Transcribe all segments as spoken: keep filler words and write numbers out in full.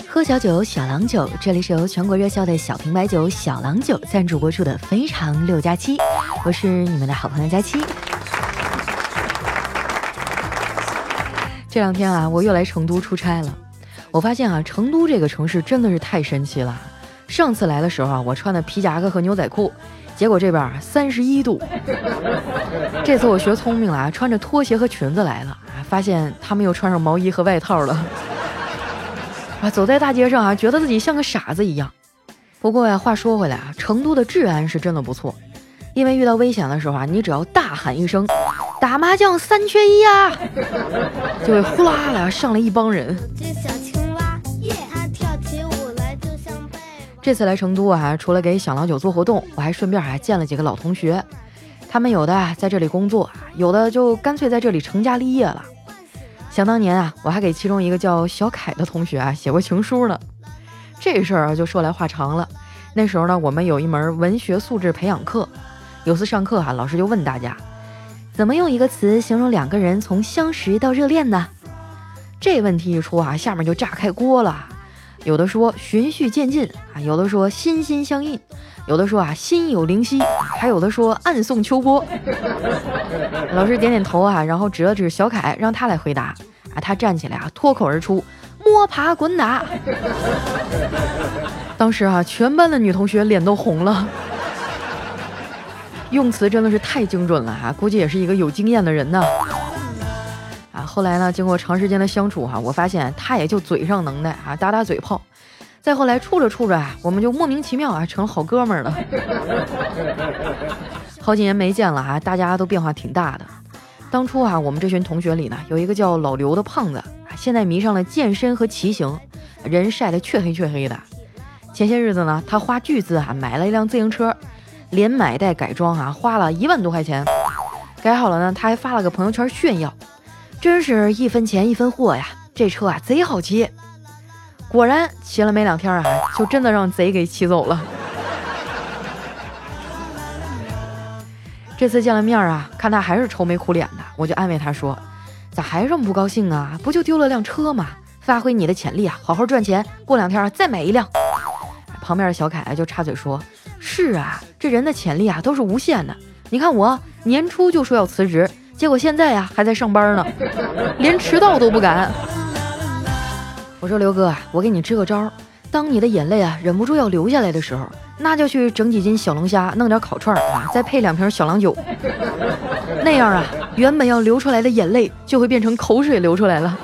喝小酒小郎酒，这里是由全国热销的小瓶白酒小郎酒赞助播出的非常六加七，我是你们的好朋友佳期。这两天啊，我又来成都出差了。我发现啊，成都这个城市真的是太神奇了。上次来的时候啊，我穿的皮夹克和牛仔裤，结果这边三十一度。这次我学聪明了啊，穿着拖鞋和裙子来了，发现他们又穿上毛衣和外套了。啊，走在大街上啊，觉得自己像个傻子一样。不过呀，话说回来啊，成都的治安是真的不错，因为遇到危险的时候啊，你只要大喊一声“打麻将三缺一啊”，就会呼啦啦上来一帮人。这次来成都啊，除了给小郎酒做活动，我还顺便还见了几个老同学。他们有的在这里工作，有的就干脆在这里成家立业了。想当年啊，我还给其中一个叫小凯的同学啊写过情书呢。这事儿就说来话长了。那时候呢，我们有一门文学素质培养课，有次上课啊，老师就问大家，怎么用一个词形容两个人从相识到热恋呢？这问题一出啊，下面就炸开锅了。有的说循序渐进啊，有的说心心相印，有的说啊心有灵犀，还有的说暗送秋波。老师点点头啊，然后指了指小凯，让他来回答啊。他站起来啊，脱口而出摸爬滚打。当时啊，全班的女同学脸都红了。用词真的是太精准了啊，估计也是一个有经验的人呢。啊，后来呢，经过长时间的相处哈、啊，我发现他也就嘴上能耐啊，打打嘴炮。再后来处着处着啊，我们就莫名其妙啊成了好哥们儿了。好几年没见了啊，大家都变化挺大的。当初啊，我们这群同学里呢，有一个叫老刘的胖子，现在迷上了健身和骑行，人晒得黢黑黢黑的。前些日子呢，他花巨资啊买了一辆自行车，连买带改装啊，花了一万多块钱。改好了呢，他还发了个朋友圈炫耀，真是一分钱一分货呀，这车啊贼好骑。果然骑了没两天啊，就真的让贼给骑走了。这次见了面啊，看他还是愁眉苦脸的，我就安慰他说，咋还这么不高兴啊？不就丢了辆车吗？发挥你的潜力啊，好好赚钱，过两天再买一辆。旁边的小凯就插嘴说，是啊，这人的潜力啊都是无限的，你看我年初就说要辞职，结果现在呀、啊、还在上班呢，连迟到都不敢。我说刘哥，我给你支个招，当你的眼泪啊忍不住要流下来的时候，那就去整几斤小龙虾，弄点烤串啊，再配两瓶小郎酒，那样啊，原本要流出来的眼泪就会变成口水流出来了。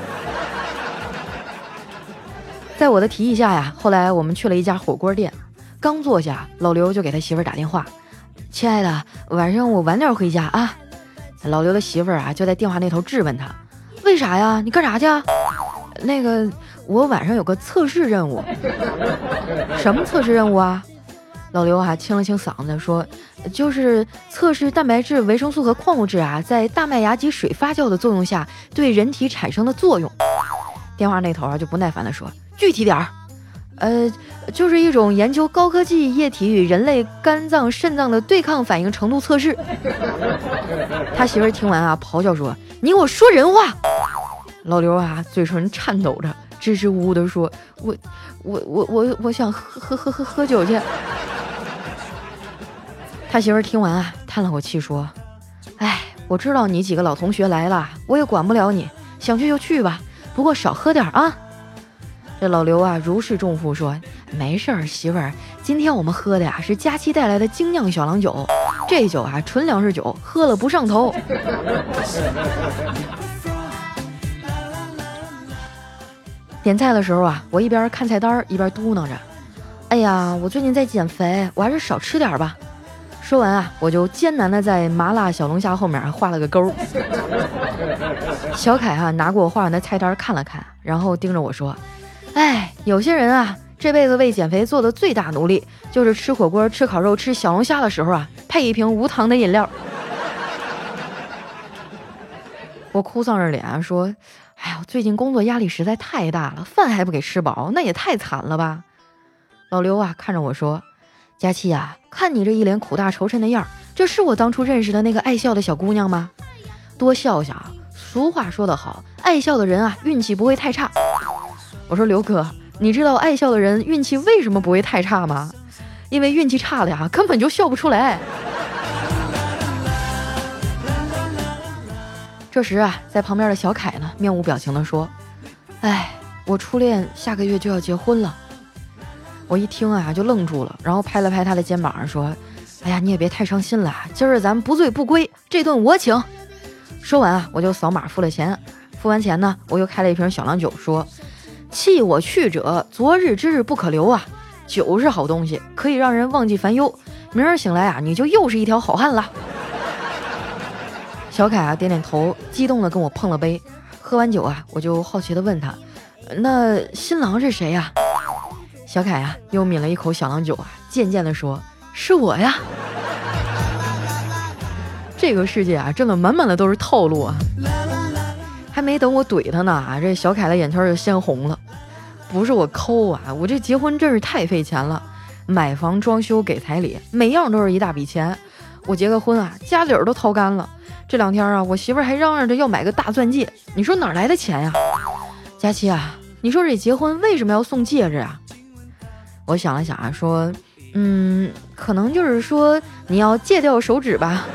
在我的提议下呀，后来我们去了一家火锅店，刚坐下，老刘就给他媳妇儿打电话，亲爱的，晚上我晚点回家啊。老刘的媳妇儿啊就在电话那头质问他，为啥呀？你干啥去啊？那个我晚上有个测试任务。什么测试任务啊？老刘啊清了清嗓子说，就是测试蛋白质、维生素和矿物质啊在大麦芽及水发酵的作用下对人体产生的作用。电话那头啊就不耐烦地说，具体点儿。呃，就是一种研究高科技液体与人类肝脏、肾脏的对抗反应程度测试。他媳妇儿听完啊，咆哮说：“你给我说人话！”老刘啊，嘴唇颤抖着，支支吾吾地说：“我，我，我，我，我想喝喝喝喝喝酒去。”他媳妇儿听完啊，叹了口气说：“哎，我知道你几个老同学来了，我也管不了你，想去就去吧，不过少喝点啊。”这老刘啊如释重负说，没事儿，媳妇儿，今天我们喝的呀是佳期带来的精酿小郎酒，这酒啊纯粮食酒，喝了不上头。点菜的时候啊，我一边看菜单一边嘟囔着，哎呀，我最近在减肥，我还是少吃点吧。说完啊，我就艰难的在麻辣小龙虾后面画了个勾。小凯啊拿过我画完的菜单看了看，然后盯着我说，哎，有些人啊，这辈子为减肥做的最大努力，就是吃火锅、吃烤肉、吃小龙虾的时候啊，配一瓶无糖的饮料。我哭丧着脸说，哎呀，最近工作压力实在太大了，饭还不给吃饱，那也太惨了吧。老刘啊看着我说，佳期啊，看你这一脸苦大仇深的样，这是我当初认识的那个爱笑的小姑娘吗？多笑笑啊，俗话说得好，爱笑的人啊，运气不会太差。我说刘哥， 你知道爱笑的人运气为什么不会太差吗？因为运气差的呀，根本就笑不出来。这时啊，在旁边的小凯呢，面无表情地说：“哎，我初恋下个月就要结婚了。”我一听啊，就愣住了，然后拍了拍他的肩膀说：“哎呀，你也别太伤心了，今儿咱不醉不归，这顿我请。”说完啊，我就扫码付了钱。付完钱呢，我又开了一瓶小郎酒，说：“弃我去者，昨日之日不可留啊！酒是好东西，可以让人忘记烦忧。明儿醒来啊，你就又是一条好汉了。”小凯啊点点头，激动地跟我碰了杯。喝完酒啊，我就好奇地问他：“那新郎是谁呀？”小凯啊又抿了一口小郎酒啊，渐渐地说：“是我呀。”这个世界啊，真的满满的都是套路啊！还没等我怼他呢啊，这小凯的眼圈就先红了。不是我抠啊，我这结婚真是太费钱了，买房装修给彩礼，每样都是一大笔钱。我结个婚啊，家底儿都掏干了。这两天啊，我媳妇儿还嚷嚷着要买个大钻戒，你说哪来的钱呀？佳期啊，你说这结婚为什么要送戒指啊？我想了想啊，说，嗯，可能就是说你要戒掉手指吧。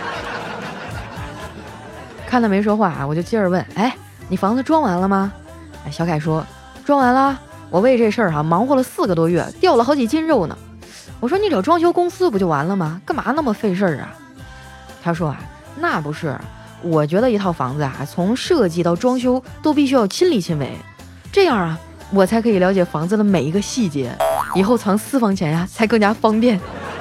看他没说话啊，我就接着问，哎，你房子装完了吗？哎，小凯说装完了，我为这事儿哈忙活了四个多月，掉了好几斤肉呢。我说你找装修公司不就完了吗？干嘛那么费事儿啊？他说啊，那不是，我觉得一套房子啊，从设计到装修都必须要亲力亲为，这样啊，我才可以了解房子的每一个细节，以后藏私房钱呀才更加方便。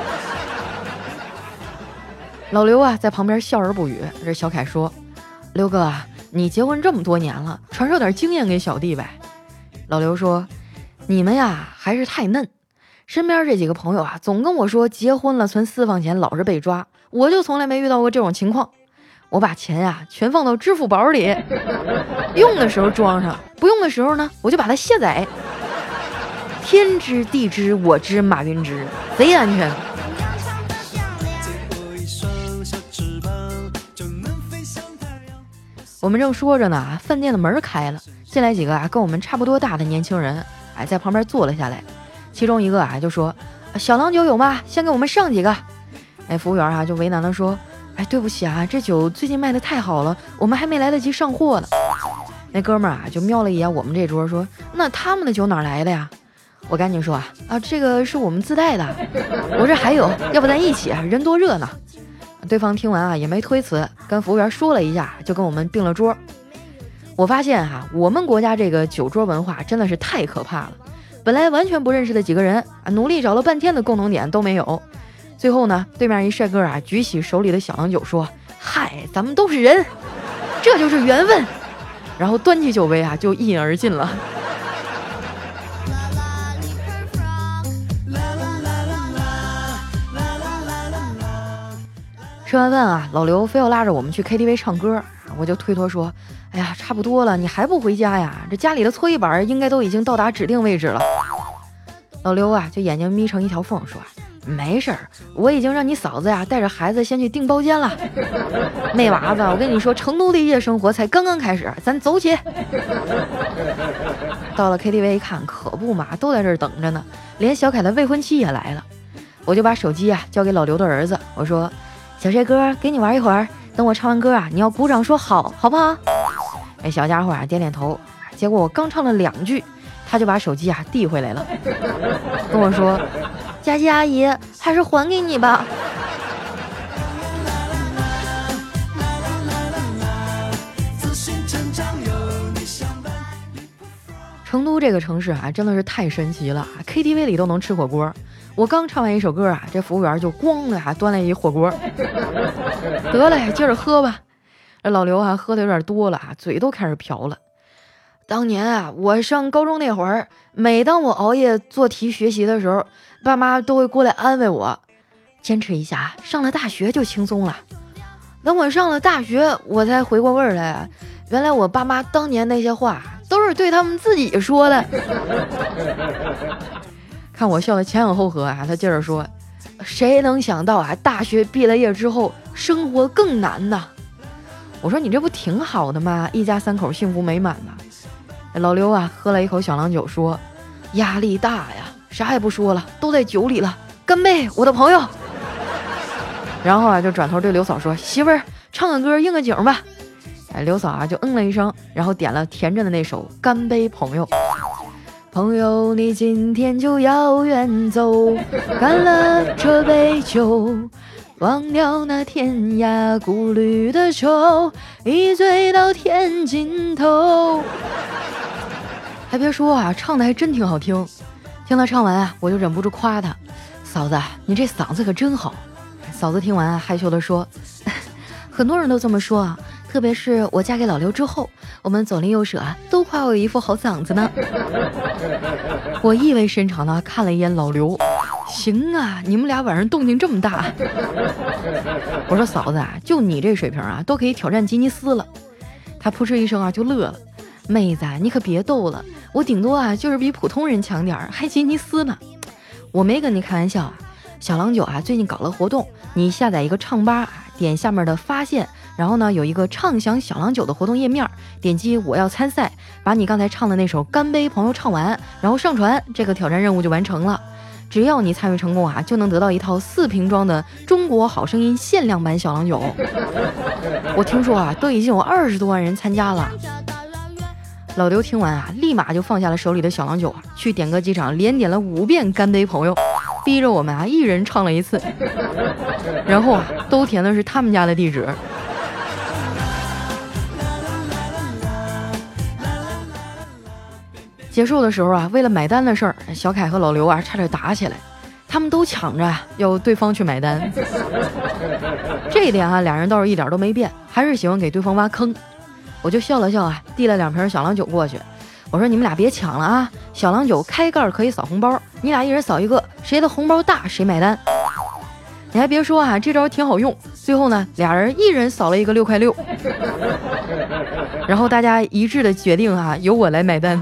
老刘啊在旁边笑而不语。这小凯说：“刘哥啊，你结婚这么多年了，传授点经验给小弟呗。”老刘说：“你们呀还是太嫩，身边这几个朋友啊，总跟我说结婚了存私房钱老是被抓，我就从来没遇到过这种情况。我把钱呀全放到支付宝里，用的时候装上，不用的时候呢，我就把它卸载。天知地知我知马云知，贼安全。”我们正说着呢，饭店的门开了，进来几个啊跟我们差不多大的年轻人，哎，在旁边坐了下来。其中一个啊就说：“小郎酒有吗？先给我们上几个。”哎，服务员啊就为难地说：“哎，对不起啊，这酒最近卖的太好了，我们还没来得及上货呢。”那哥们儿啊就瞄了一眼我们这桌，说：“那他们的酒哪来的呀？”我赶紧说啊啊，这个是我们自带的。我这还有，要不咱一起啊，人多热闹。对方听完啊也没推辞，跟服务员说了一下，就跟我们并了桌。我发现哈、啊，我们国家这个酒桌文化真的是太可怕了。本来完全不认识的几个人啊，努力找了半天的共同点都没有。最后呢，对面一帅哥啊举起手里的小郎酒说：“嗨，咱们都是人，这就是缘分。”然后端起酒杯啊就一饮而尽了。吃完饭啊，老刘非要拉着我们去 K T V 唱歌，我就推脱说：“哎呀，差不多了，你还不回家呀？这家里的搓衣板应该都已经到达指定位置了。”老刘啊，就眼睛眯成一条缝说：“没事儿，我已经让你嫂子呀带着孩子先去订包间了。妹娃子，我跟你说，成都的夜生活才刚刚开始，咱走起。”到了 K T V 一看，可不嘛，都在这儿等着呢，连小凯的未婚妻也来了。我就把手机啊交给老刘的儿子，我说：“小帅哥，给你玩一会儿，等我唱完歌啊，你要鼓掌说好，好不好？”哎，小家伙啊点点头。结果我刚唱了两句，他就把手机啊递回来了，跟我说：“佳琪阿姨，还是还给你吧。”成都这个城市啊，真的是太神奇了 ，K T V 里都能吃火锅。我刚唱完一首歌啊，这服务员就咣的啊端来一火锅。得嘞，接着喝吧。这老刘啊喝的有点多了啊，嘴都开始瓢了。当年啊，我上高中那会儿，每当我熬夜做题学习的时候，爸妈都会过来安慰我：“坚持一下，上了大学就轻松了。”等我上了大学，我才回过味儿来，原来我爸妈当年那些话都是对他们自己说的。看我笑得前仰后合啊，他接着说：“谁能想到啊，大学毕了业之后生活更难呢？”我说：“你这不挺好的吗？一家三口幸福美满呢。”老刘啊喝了一口小郎酒说：“ 压力大呀，啥也不说了，都在酒里了，干杯，我的朋友。然后啊，就转头对刘嫂说：“媳妇儿，唱个歌应个景吧。”哎，刘嫂啊就嗯了一声，然后点了田震的那首《干杯朋友》。朋友，你今天就要远走，干了这杯酒，忘掉那天涯孤旅的愁，一醉到天尽头。还别说啊，唱的还真挺好听。听他唱完啊，我就忍不住夸他：“嫂子，你这嗓子可真好。”嫂子听完啊，害羞地说：“很多人都这么说啊，特别是我嫁给老刘之后，我们左邻右舍啊都夸我有一副好嗓子呢。”我意味深长地看了一眼老刘，行啊，你们俩晚上动静这么大。我说嫂子啊，就你这水平啊，都可以挑战吉尼斯了。他扑哧一声啊就乐了，妹子你可别逗了，我顶多啊就是比普通人强点儿，还吉尼斯呢。我没跟你开玩笑啊。小郎酒啊最近搞了活动，你下载一个唱吧，点下面的发现，然后呢有一个畅享小郎酒的活动页面，点击我要参赛，把你刚才唱的那首干杯朋友唱完，然后上传，这个挑战任务就完成了。只要你参与成功啊，就能得到一套四瓶装的中国好声音限量版小郎酒。我听说啊都已经有二十多万人参加了。老刘听完啊立马就放下了手里的小郎酒，去点歌机场连点了五遍干杯朋友，逼着我们啊一人唱了一次，然后啊都填的是他们家的地址。结束的时候啊，为了买单的事儿，小凯和老刘啊差点打起来，他们都抢着要对方去买单。这一点啊，俩人倒是一点都没变，还是喜欢给对方挖坑。我就笑了笑啊，递了两瓶小郎酒过去，我说你们俩别抢了啊，小郎酒开盖可以扫红包，你俩一人扫一个，谁的红包大谁买单。你还别说啊，这招挺好用。最后呢，俩人一人扫了一个六块六，然后大家一致的决定啊，由我来买单。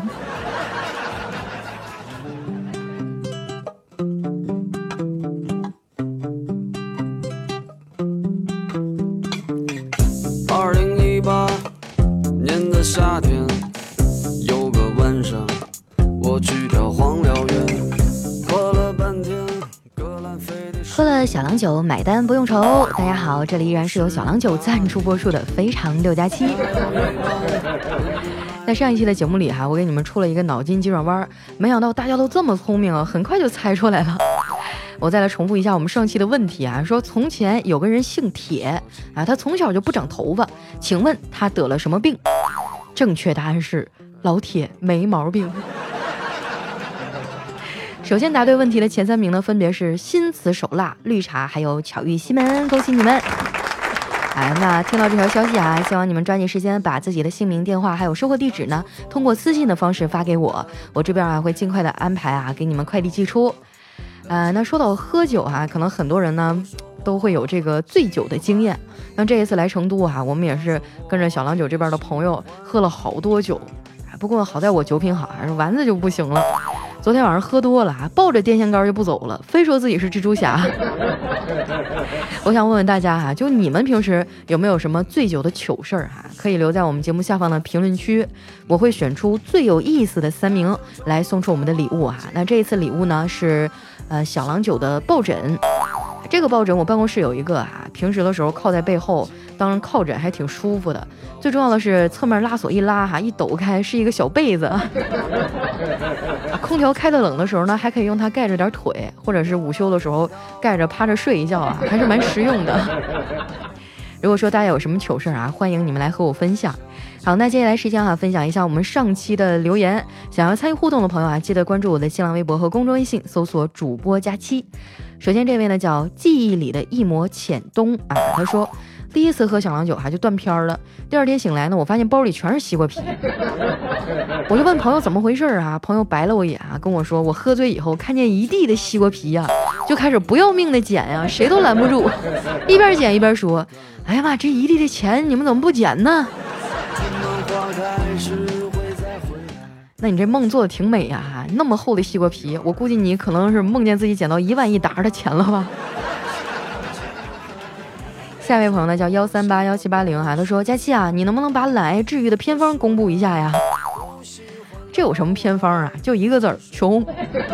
二零一八年的夏天，有个晚上，我去条黄辽源，喝了半天。 喝了小郎酒买单不用愁。大家好，这里依然是由小郎酒赞助播出的非常六加七。在上一期的节目里哈，我给你们出了一个脑筋急转弯，没想到大家都这么聪明啊，很快就猜出来了。我再来重复一下我们上期的问题啊，说从前有个人姓铁啊，他从小就不长头发，请问他得了什么病？正确答案是老铁没毛病。首先答对问题的前三名呢，分别是新瓷手蜡、绿茶还有巧遇西门，恭喜你们！哎，那听到这条消息啊，希望你们抓紧时间把自己的姓名、电话还有收货地址呢，通过私信的方式发给我，我这边啊会尽快的安排啊给你们快递寄出。呃，那说到喝酒啊，可能很多人呢都会有这个醉酒的经验。那这一次来成都啊，我们也是跟着小郎酒这边的朋友喝了好多酒，不过好在我酒品好，丸子就不行了。昨天晚上喝多了，抱着电线杆就不走了，非说自己是蜘蛛侠。我想问问大家哈，就你们平时有没有什么醉酒的糗事儿哈？可以留在我们节目下方的评论区，我会选出最有意思的三名来送出我们的礼物哈。那这一次礼物呢是呃小郎酒的抱枕。这个抱枕我办公室有一个啊，平时的时候靠在背后当靠枕还挺舒服的。最重要的是侧面拉锁一拉哈，一抖开是一个小被子。空调开得冷的时候呢，还可以用它盖着点腿，或者是午休的时候盖着趴着睡一觉啊，还是蛮实用的。如果说大家有什么糗事啊，欢迎你们来和我分享。好，那接下来时间啊，分享一下我们上期的留言。想要参与互动的朋友啊，记得关注我的新浪微博和公众微信，搜索主播佳期。首先这位呢叫记忆里的一抹浅冬啊，他说第一次喝小郎酒还就断片了，第二天醒来呢，我发现包里全是西瓜皮。我就问朋友怎么回事啊，朋友白了我一眼啊，跟我说我喝醉以后看见一地的西瓜皮呀、啊，就开始不要命的捡呀、啊，谁都拦不住，一边捡一边说，哎呀妈，这一地的钱你们怎么不捡呢？那你这梦做的挺美呀、啊，那么厚的西瓜皮，我估计你可能是梦见自己捡到一万一沓的钱了吧。下一位朋友呢叫幺三八幺七八零哈，他说佳期啊，你能不能把懒癌治愈的偏方公布一下呀？ 这有什么偏方啊？就一个字儿，穷。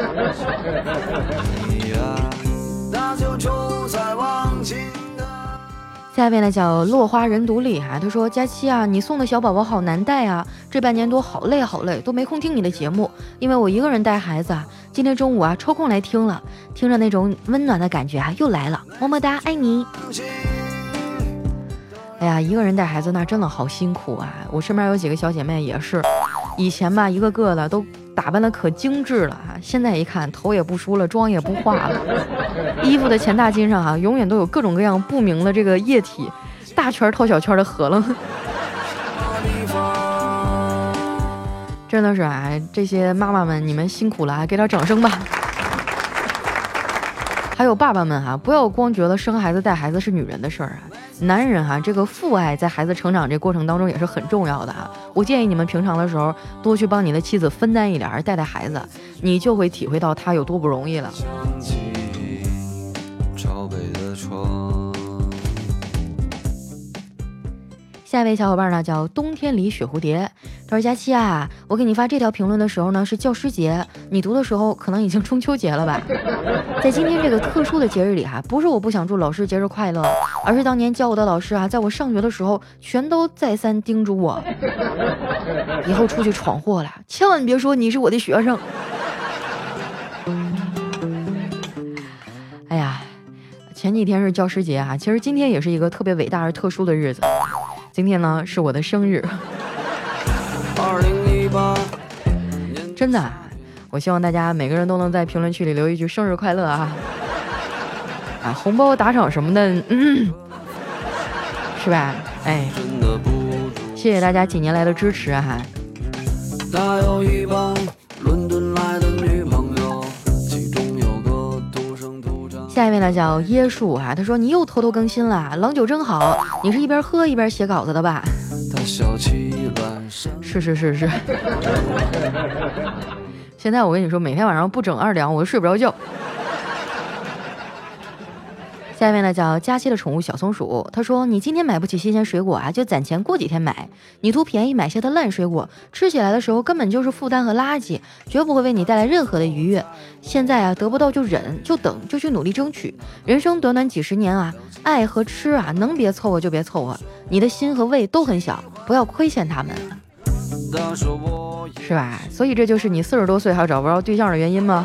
下面呢叫落花人独立哈，他说佳期啊，你送的小宝宝好难带啊，这半年多好累好累，都没空听你的节目，因为我一个人带孩子啊。今天中午啊抽空来听了，听着那种温暖的感觉啊又来了，么么哒，爱你。哎呀，一个人带孩子那真的好辛苦啊！我身边有几个小姐妹也是，以前吧一个个的都打扮的可精致了哈，现在一看头也不梳了，妆也不化了，衣服的前大襟上哈、啊、永远都有各种各样不明的这个液体，大圈套小圈的合楞。真的是啊，这些妈妈们你们辛苦了啊，给点掌声吧。还有爸爸们哈、啊，不要光觉得生孩子带孩子是女人的事儿啊，男人哈、啊，这个父爱在孩子成长这过程当中也是很重要的啊。我建议你们平常的时候多去帮你的妻子分担一点，带带孩子，你就会体会到他有多不容易了。下一位小伙伴呢叫冬天里雪蝴蝶，他说佳期啊，我给你发这条评论的时候呢是教师节，你读的时候可能已经中秋节了吧。在今天这个特殊的节日里哈、啊，不是我不想祝老师节日快乐，而是当年教我的老师啊，在我上学的时候全都再三叮嘱我，以后出去闯祸了千万别说你是我的学生。哎呀，前几天是教师节啊，其实今天也是一个特别伟大而特殊的日子，今天呢是我的生日。真的，我希望大家每个人都能在评论区里留一句生日快乐啊！啊，红包打赏什么的，嗯，是吧？哎，谢谢大家几年来的支持啊！他有一帮伦敦来的女朋友，其中有个土生土长。下一位呢叫椰树啊，他说你又偷偷更新了，郎酒真好，你是一边喝一边写稿子的吧？是是是是。现在我跟你说，每天晚上不整二两我就睡不着觉。下一位呢叫佳期的宠物小松鼠，他说你今天买不起新鲜水果啊，就攒钱过几天买，你图便宜买些的烂水果，吃起来的时候根本就是负担和垃圾，绝不会为你带来任何的愉悦。现在啊得不到就忍，就等，就去努力争取，人生短短几十年啊，爱和吃啊能别凑合就别凑合，你的心和胃都很小，不要亏欠他们，是吧？所以这就是你四十多岁还找不着对象的原因吗？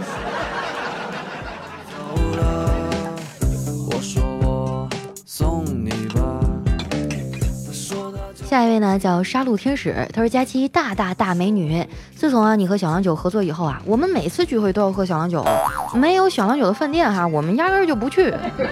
下一位呢叫杀戮天使，她是佳期大大大美女。自从啊你和小郎酒合作以后啊，我们每次聚会都要喝小郎酒，没有小郎酒的饭店哈，我们压根儿就不去，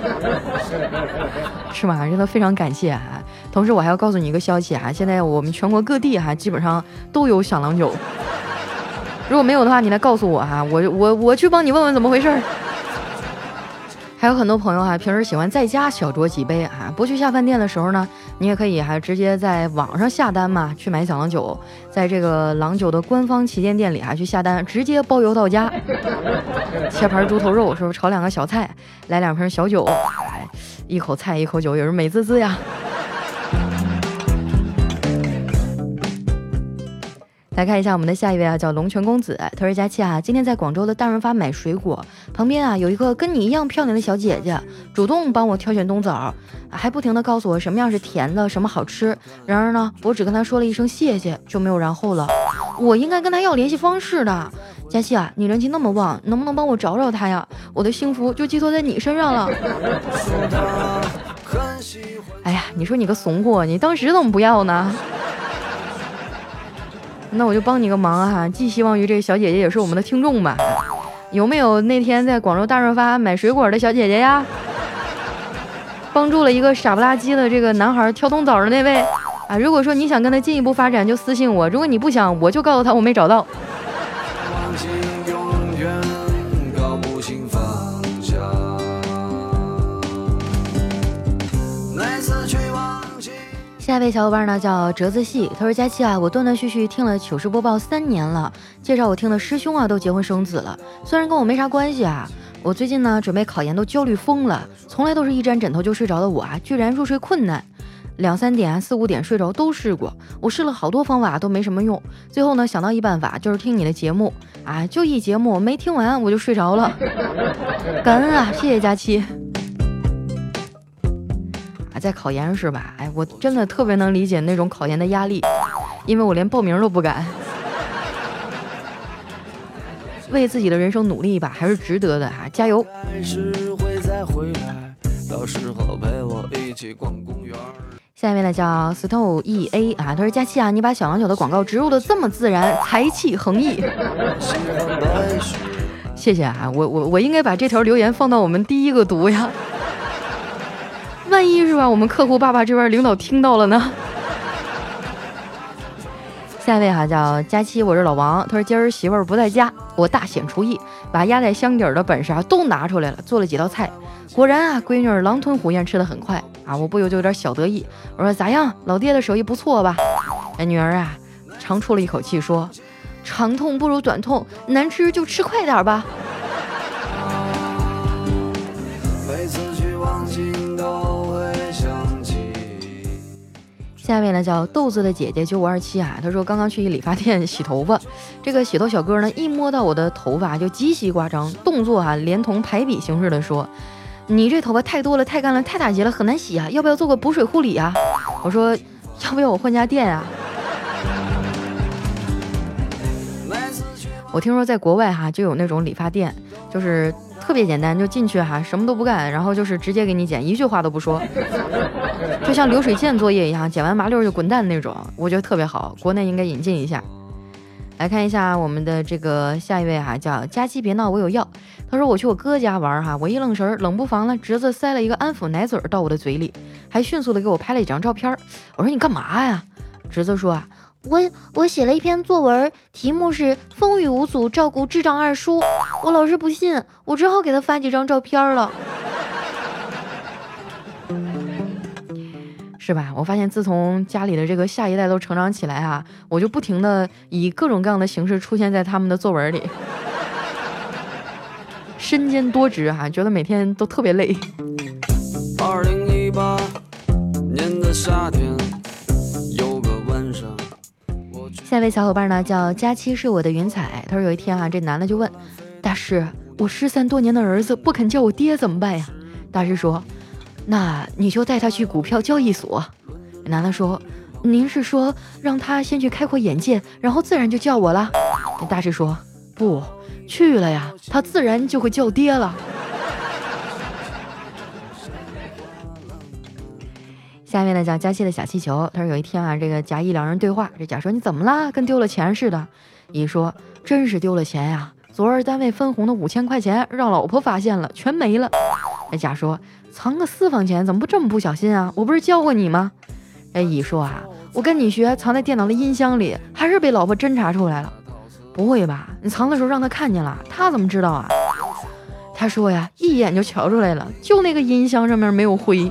是吗？真的非常感谢啊！同时我还要告诉你一个消息啊，现在我们全国各地哈基本上都有小郎酒，如果没有的话，你来告诉我哈，我我我去帮你问问怎么回事。还有很多朋友啊，平时喜欢在家小酌几杯啊，不去下饭店的时候呢，你也可以还直接在网上下单嘛，去买小郎酒，在这个郎酒的官方旗舰店里还去下单，直接包邮到家。切盘猪头肉，是不是炒两个小菜，来两瓶小酒，哎，一口菜一口酒，也是美滋滋呀。来看一下我们的下一位啊，叫龙泉公子。他说佳期啊，今天在广州的大润发买水果，旁边啊有一个跟你一样漂亮的小姐姐，主动帮我挑选冬枣，还不停的告诉我什么样是甜的，什么好吃。然而呢，我只跟她说了一声谢谢，就没有然后了。我应该跟她要联系方式的。佳期啊，你人气那么旺，能不能帮我找找她呀？我的幸福就寄托在你身上了。哎呀，你说你个怂货，你当时怎么不要呢？那我就帮你个忙哈、啊，寄希望于这小姐姐也是我们的听众吧。有没有那天在广州大润发买水果的小姐姐呀？帮助了一个傻不拉几的这个男孩挑冬枣的那位啊，如果说你想跟他进一步发展，就私信我；如果你不想，我就告诉他我没找到。下一位小伙伴呢叫折子戏，他说佳期啊，我断断续续听了糗事播报三年了，介绍我听的师兄啊都结婚生子了，虽然跟我没啥关系啊，我最近呢准备考研都焦虑疯了，从来都是一沾枕头就睡着的我啊，居然入睡困难。 两三点、四五点睡着都试过，我试了好多方法都没什么用。最后呢，想到一办法，就是听你的节目啊，就一节目没听完我就睡着了。感恩啊，谢谢佳期。啊，在考研是吧？哎，我真的特别能理解那种考研的压力，因为我连报名都不敢。为自己的人生努力一把，还是值得的啊！加油！到时候陪我一起逛公园。下一位呢叫 Stow E A 啊，他说佳期啊，你把小郎酒的广告植入的这么自然，才气横溢。谢谢啊，我我我应该把这条留言放到我们第一个读呀。万一是吧，我们客户爸爸这边领导听到了呢？下一位哈、啊、叫佳期，我是老王。他说今儿媳妇儿不在家，我大显厨艺，把压在箱底儿的本事啊都拿出来了，做了几道菜。果然啊，闺女儿狼吞虎咽吃得很快啊，我不由就有点小得意。我说咋样，老爹的手艺不错吧？哎，女儿啊，长出了一口气说：“长痛不如短痛，难吃就吃快点吧。”每次去望京都会想起。下面呢叫豆子的姐姐九五二七啊，她说刚刚去一理发店洗头发，这个洗头小哥呢一摸到我的头发就极其夸张，动作啊连同排比形式的说：“你这头发太多了，太干了，太打结了，很难洗啊，要不要做个补水护理啊？”我说：“要不要我换家店啊？”我听说在国外哈就有那种理发店，就是特别简单，就进去哈什么都不干，然后就是直接给你剪，一句话都不说，就像流水线作业一样，剪完麻溜就滚蛋那种，我觉得特别好，国内应该引进一下。来看一下我们的这个下一位哈，叫佳期别闹我有药。他说我去我哥家玩哈，我一愣神，冷不防呢侄子塞了一个安抚奶嘴到我的嘴里，还迅速的给我拍了一张照片。我说你干嘛呀？侄子说啊，我我写了一篇作文，题目是风雨无阻照顾智障二叔，我老师不信，我只好给他发几张照片了。是吧？我发现自从家里的这个下一代都成长起来啊，我就不停的以各种各样的形式出现在他们的作文里，身兼多职啊，觉得每天都特别累。二零一八年的夏天有个晚上，下一位小伙伴呢叫佳期是我的云彩，他说有一天啊，这男的就问大师，我失散多年的儿子不肯叫我爹怎么办呀？大师说，那你就带他去股票交易所。男的说，您是说让他先去开阔眼界，然后自然就叫我了？大师说，不，去了呀，他自然就会叫爹了。下面呢叫佳期的小气球，他说有一天啊，这个甲乙两人对话，这甲说你怎么啦，跟丢了钱似的。乙说真是丢了钱呀，昨儿单位分红的五千块钱让老婆发现了，全没了。这甲说藏个私房钱怎么不这么不小心啊，我不是教过你吗？哎，乙说啊，我跟你学，藏在电脑的音箱里，还是被老婆侦查出来了。不会吧，你藏的时候让他看见了，他怎么知道啊？他说呀，一眼就瞧出来了，就那个音箱上面没有灰。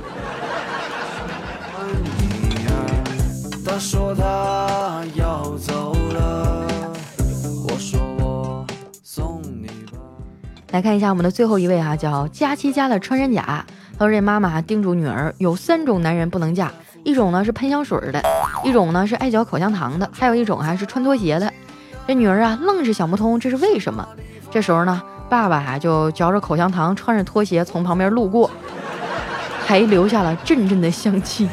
他说他要走了，我说我送你吧。来看一下我们的最后一位啊，叫佳期家的穿山甲。他说这妈妈叮嘱女儿，有三种男人不能嫁，一种呢是喷香水的，一种呢是爱嚼口香糖的，还有一种还是穿拖鞋的。这女儿啊愣是想不通这是为什么。这时候呢，爸爸啊就嚼着口香糖，穿着拖鞋从旁边路过，还留下了阵阵的香气。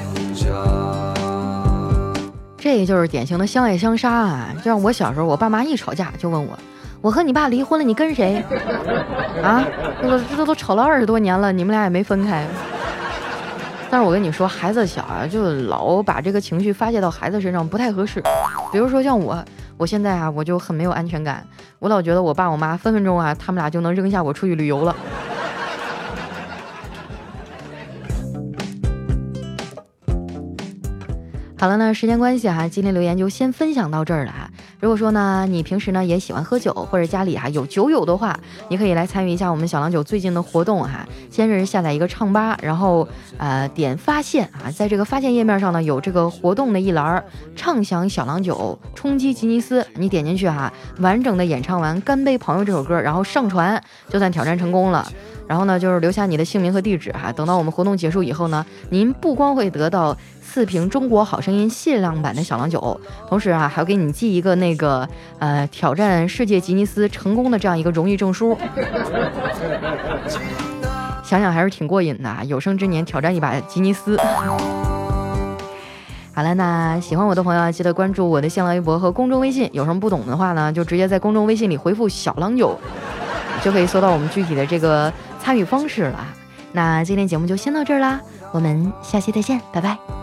这就是典型的相爱相杀啊！就像我小时候，我爸妈一吵架就问我，我和你爸离婚了，你跟谁？啊，这这都吵了二十多年了，你们俩也没分开。但是我跟你说，孩子小啊，就老把这个情绪发泄到孩子身上不太合适。比如说像我，我现在啊，我就很没有安全感，我老觉得我爸我妈分分钟啊，他们俩就能扔下我出去旅游了。好了呢，时间关系哈、啊，今天留言就先分享到这儿了哈。如果说呢，你平时呢也喜欢喝酒，或者家里哈、啊、有酒友的话，你可以来参与一下我们小郎酒最近的活动哈、啊。先是下载一个唱吧，然后呃点发现啊，在这个发现页面上呢有这个活动的一栏，畅享小郎酒，冲击吉尼斯，你点进去哈、啊，完整的演唱完《干杯朋友》这首歌，然后上传，就算挑战成功了。 然后呢，就是留下你的姓名和地址哈。等到我们活动结束以后呢，您不光会得到四瓶中国好声音限量版的小郎酒，同时啊，还要给你寄一个那个呃挑战世界吉尼斯成功的这样一个荣誉证书。想想还是挺过瘾的，有生之年挑战一把吉尼斯。好了，那喜欢我的朋友啊，记得关注我的新浪微博和公众微信，有什么不懂的话呢，就直接在公众微信里回复小郎酒，就可以搜到我们具体的这个参与方式了。那今天节目就先到这儿啦，我们下期再见，拜拜。